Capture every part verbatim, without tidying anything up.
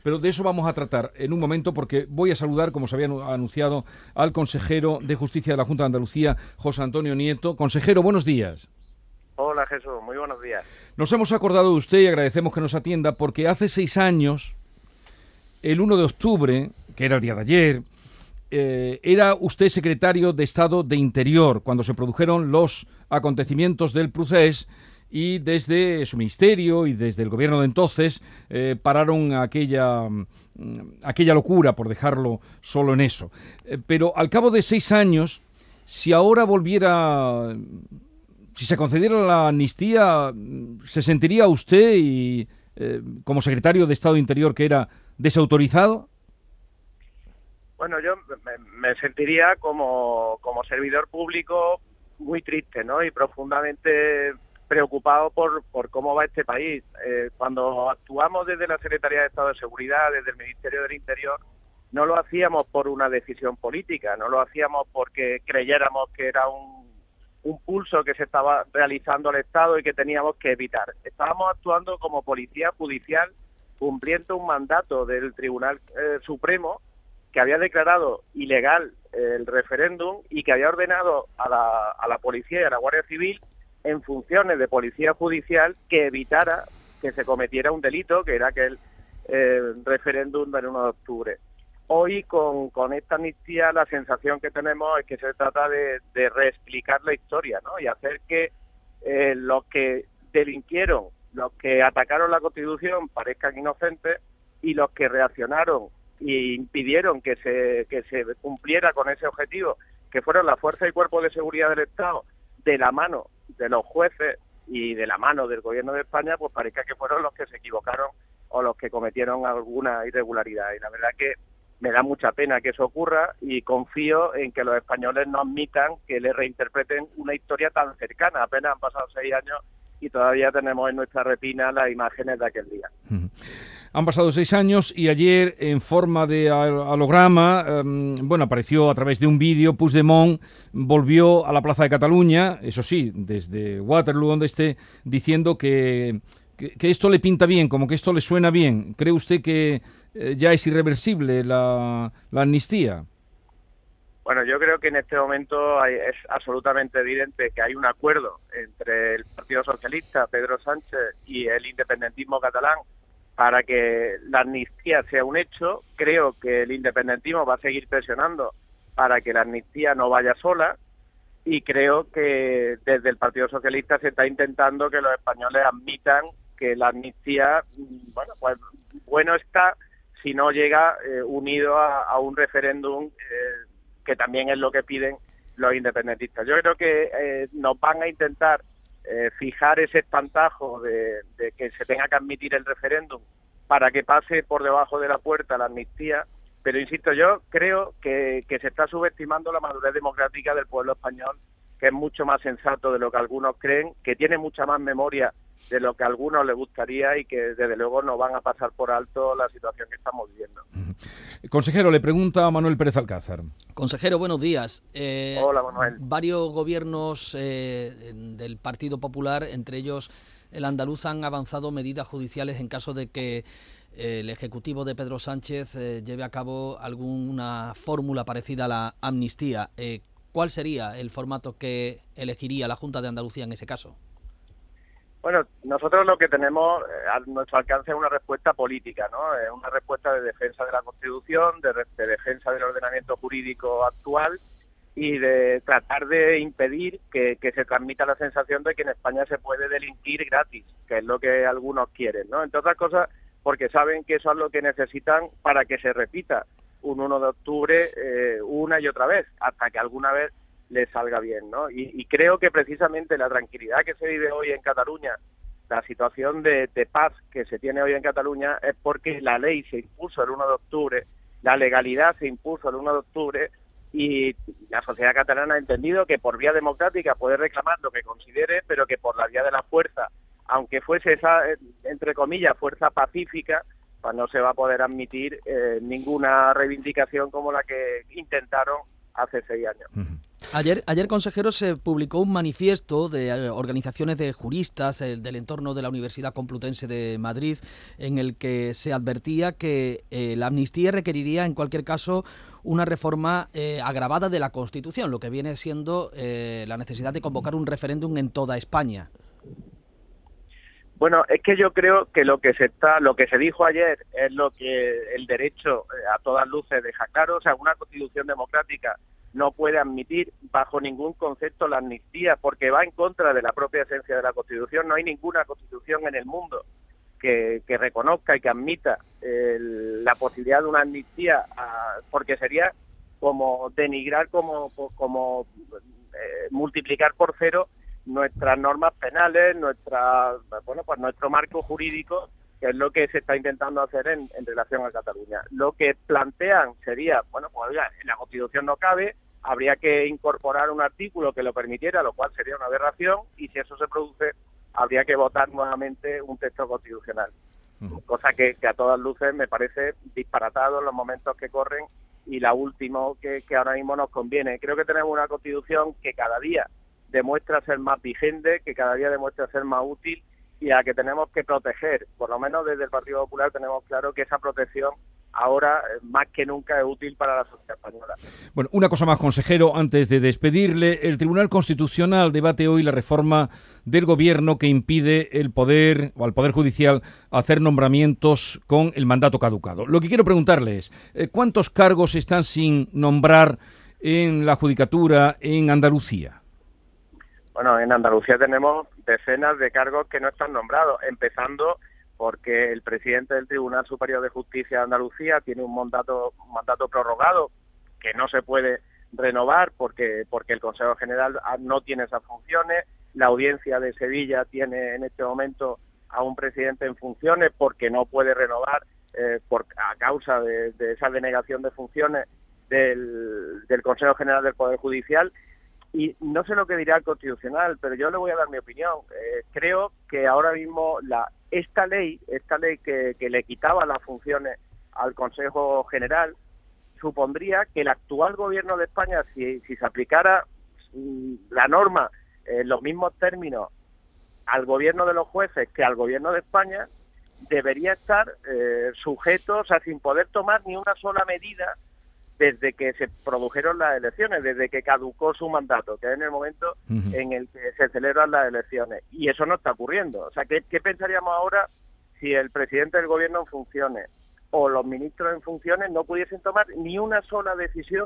Pero de eso vamos a tratar en un momento, porque voy a saludar, como se había anunciado, al consejero de Justicia de la Junta de Andalucía, José Antonio Nieto. Consejero, buenos días. Hola Jesús, muy buenos días. Nos hemos acordado de usted y agradecemos que nos atienda, porque hace seis años, el uno de octubre, que era el día de ayer, eh, era usted secretario de Estado de Interior cuando se produjeron los acontecimientos del Procés, y desde su ministerio y desde el gobierno de entonces eh, pararon aquella, aquella locura, por dejarlo solo en eso. Eh, pero al cabo de seis años, si ahora volviera, si se concediera la amnistía, ¿se sentiría usted, y eh, como secretario de Estado de Interior que era, desautorizado? Bueno, yo me, me sentiría como, como servidor público muy triste, ¿no? Y profundamente preocupado por, por cómo va este país. Eh, cuando actuamos desde la Secretaría de Estado de Seguridad, desde el Ministerio del Interior, no lo hacíamos por una decisión política, no lo hacíamos porque creyéramos que era un, un pulso que se estaba realizando al Estado y que teníamos que evitar. Estábamos actuando como policía judicial, cumpliendo un mandato del Tribunal eh, Supremo, que había declarado ilegal el referéndum y que había ordenado a la, a la policía y a la Guardia Civil, en funciones de policía judicial, que evitara que se cometiera un delito, que era aquel eh, referéndum del uno de octubre. Hoy, con, con esta amnistía, la sensación que tenemos es que se trata de, de reexplicar la historia, ¿no? Y hacer que eh, los que delinquieron, los que atacaron la Constitución, parezcan inocentes, y los que reaccionaron y impidieron que se que se cumpliera con ese objetivo, que fueron las fuerzas y cuerpos de seguridad del Estado, de la mano de los jueces y de la mano del Gobierno de España, pues parezca que fueron los que se equivocaron o los que cometieron alguna irregularidad. Y la verdad que me da mucha pena que eso ocurra, y confío en que los españoles no admitan que le reinterpreten una historia tan cercana. Apenas han pasado seis años y todavía tenemos en nuestra retina las imágenes de aquel día. Uh-huh. Han pasado seis años y ayer, en forma de holograma, eh, bueno, apareció a través de un vídeo. Puigdemont volvió a la Plaza de Cataluña, eso sí, desde Waterloo, donde esté, diciendo que, que, que esto le pinta bien, como que esto le suena bien. ¿Cree usted que eh, ya es irreversible la, la amnistía? Bueno, yo creo que en este momento hay, es absolutamente evidente que hay un acuerdo entre el Partido Socialista, Pedro Sánchez, y el independentismo catalán para que la amnistía sea un hecho. Creo que el independentismo va a seguir presionando para que la amnistía no vaya sola, y creo que desde el Partido Socialista se está intentando que los españoles admitan que la amnistía, bueno, pues bueno está si no llega eh, unido a, a un referéndum, eh, que también es lo que piden los independentistas. Yo creo que eh, nos van a intentar Eh, fijar ese espantajo de, de que se tenga que admitir el referéndum para que pase por debajo de la puerta la amnistía, pero insisto, yo creo que, que se está subestimando la madurez democrática del pueblo español, que es mucho más sensato de lo que algunos creen, que tiene mucha más memoria de lo que a algunos les gustaría, y que desde luego no van a pasar por alto la situación que estamos viviendo. Consejero, le pregunta a Manuel Pérez Alcázar. Consejero, buenos días. Eh, Hola, Manuel. Varios gobiernos eh, del Partido Popular, entre ellos el andaluz, han avanzado medidas judiciales en caso de que eh, el Ejecutivo de Pedro Sánchez eh, lleve a cabo alguna fórmula parecida a la amnistía. Eh, ¿Cuál sería el formato que elegiría la Junta de Andalucía en ese caso? Bueno, nosotros lo que tenemos a nuestro alcance es una respuesta política, ¿no? Es una respuesta de defensa de la Constitución, de, de defensa del ordenamiento jurídico actual, y de tratar de impedir que, que se transmita la sensación de que en España se puede delinquir gratis, que es lo que algunos quieren, ¿no? Entre otras cosas, porque saben que eso es lo que necesitan para que se repita un uno de octubre eh, una y otra vez, hasta que alguna vez le salga bien, ¿no? Y, y creo que precisamente la tranquilidad que se vive hoy en Cataluña, la situación de, de paz que se tiene hoy en Cataluña, es porque la ley se impuso el uno de octubre, la legalidad se impuso el uno de octubre, y la sociedad catalana ha entendido que por vía democrática puede reclamar lo que considere, pero que por la vía de la fuerza, aunque fuese esa, entre comillas, fuerza pacífica, pues no se va a poder admitir eh, ninguna reivindicación como la que intentaron hace seis años. Uh-huh. Ayer, ayer, consejero, se publicó un manifiesto de eh, organizaciones de juristas eh, del entorno de la Universidad Complutense de Madrid, en el que se advertía que eh, la amnistía requeriría, en cualquier caso, una reforma eh, agravada de la Constitución, lo que viene siendo eh, la necesidad de convocar un referéndum en toda España. Bueno, es que yo creo que lo que se está, lo que se dijo ayer es lo que el derecho a todas luces deja claro. O sea, una constitución democrática no puede admitir bajo ningún concepto la amnistía, porque va en contra de la propia esencia de la Constitución. No hay ninguna constitución en el mundo que, que reconozca y que admita el, la posibilidad de una amnistía, a, porque sería como denigrar, como, como eh, multiplicar por cero nuestras normas penales, nuestra, bueno, pues nuestro marco jurídico, que es lo que se está intentando hacer en, en relación a Cataluña. Lo que plantean sería, bueno, pues oiga, en la Constitución no cabe, habría que incorporar un artículo que lo permitiera, lo cual sería una aberración, y si eso se produce, habría que votar nuevamente un texto constitucional. Uh-huh. Cosa que, que a todas luces me parece disparatado en los momentos que corren, y la última que, que ahora mismo nos conviene. Creo que tenemos una Constitución que cada día demuestra ser más vigente, que cada día demuestra ser más útil, y a la que tenemos que proteger. Por lo menos desde el Partido Popular tenemos claro que esa protección ahora más que nunca es útil para la sociedad española. Bueno, una cosa más, consejero, antes de despedirle. El Tribunal Constitucional debate hoy la reforma del Gobierno que impide el poder, o al Poder Judicial, hacer nombramientos con el mandato caducado. Lo que quiero preguntarle es, ¿cuántos cargos están sin nombrar en la Judicatura en Andalucía? Bueno, en Andalucía tenemos decenas de cargos que no están nombrados, empezando porque el presidente del Tribunal Superior de Justicia de Andalucía tiene un mandato, un mandato prorrogado que no se puede renovar porque, porque el Consejo General no tiene esas funciones. La Audiencia de Sevilla tiene en este momento a un presidente en funciones porque no puede renovar eh, por, a causa de, de esa denegación de funciones del, del Consejo General del Poder Judicial. Y no sé lo que dirá el Constitucional, pero yo le voy a dar mi opinión. Eh, creo que ahora mismo la esta ley, esta ley que, que le quitaba las funciones al Consejo General, supondría que el actual Gobierno de España, si, si se aplicara mm, la norma en eh, los mismos términos al Gobierno de los jueces que al Gobierno de España, debería estar eh, sujeto, o sea, sin poder tomar ni una sola medida desde que se produjeron las elecciones, desde que caducó su mandato, que es en el momento uh-huh. en el que se celebran las elecciones. Y eso no está ocurriendo. O sea, ¿qué, qué pensaríamos ahora si el presidente del Gobierno en funciones o los ministros en funciones no pudiesen tomar ni una sola decisión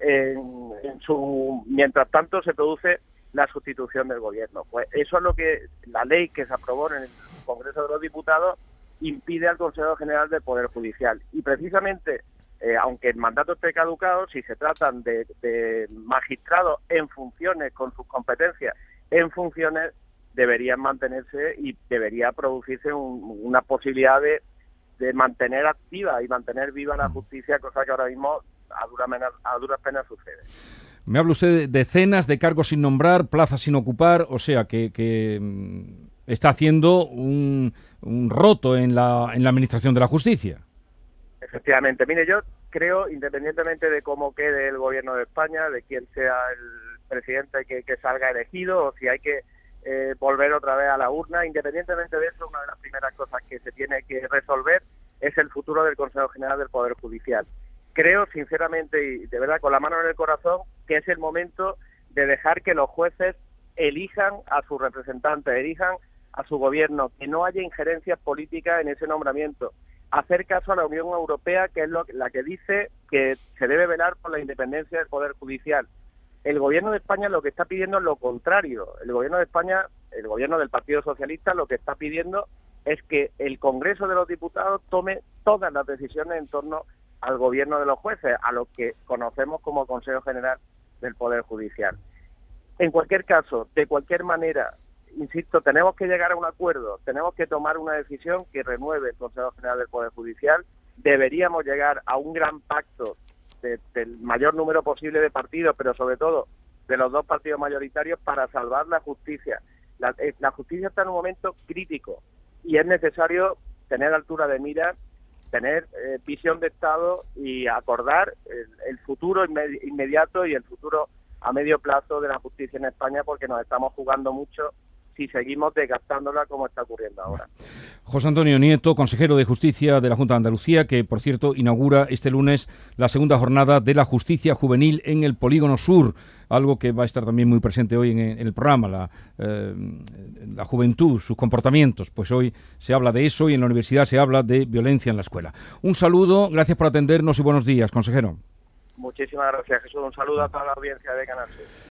en, en su mientras tanto se produce la sustitución del Gobierno? Pues eso es lo que la ley que se aprobó en el Congreso de los Diputados impide al Consejo General del Poder Judicial. Y precisamente Eh, aunque el mandato esté caducado, si se tratan de, de magistrados en funciones, con sus competencias en funciones, deberían mantenerse y debería producirse un, una posibilidad de, de mantener activa y mantener viva la justicia, cosa que ahora mismo a, dura menas, a duras penas sucede. Me habla usted de decenas de cargos sin nombrar, plazas sin ocupar, o sea que, que está haciendo un, un roto en la, en la administración de la justicia. Efectivamente. Mire, yo creo, independientemente de cómo quede el Gobierno de España, de quién sea el presidente que, que salga elegido, o si hay que eh, volver otra vez a la urna, independientemente de eso, una de las primeras cosas que se tiene que resolver es el futuro del Consejo General del Poder Judicial. Creo, sinceramente, y de verdad con la mano en el corazón, que es el momento de dejar que los jueces elijan a sus representantes, elijan a su gobierno, que no haya injerencias políticas en ese nombramiento. Hacer caso a la Unión Europea, que es lo, la que dice que se debe velar por la independencia del Poder Judicial. El Gobierno de España lo que está pidiendo es lo contrario. El Gobierno de España, el Gobierno del Partido Socialista, lo que está pidiendo es que el Congreso de los Diputados tome todas las decisiones en torno al gobierno de los jueces, a lo que conocemos como Consejo General del Poder Judicial. En cualquier caso, de cualquier manera, insisto, tenemos que llegar a un acuerdo, tenemos que tomar una decisión que renueve el Consejo General del Poder Judicial, deberíamos llegar a un gran pacto de, del mayor número posible de partidos, pero sobre todo de los dos partidos mayoritarios para salvar la justicia. La, la justicia está en un momento crítico y es necesario tener altura de mira, tener eh, visión de Estado y acordar el, el futuro inmediato y el futuro a medio plazo de la justicia en España, porque nos estamos jugando mucho si seguimos desgastándola como está ocurriendo ahora. José Antonio Nieto, consejero de Justicia de la Junta de Andalucía, que por cierto inaugura este lunes la segunda jornada de la justicia juvenil en el Polígono Sur, algo que va a estar también muy presente hoy en, en el programa, la, eh, la juventud, sus comportamientos. Pues hoy se habla de eso y en la universidad se habla de violencia en la escuela. Un saludo, gracias por atendernos y buenos días, consejero. Muchísimas gracias, Jesús. Un saludo a toda la audiencia de Canal Sur.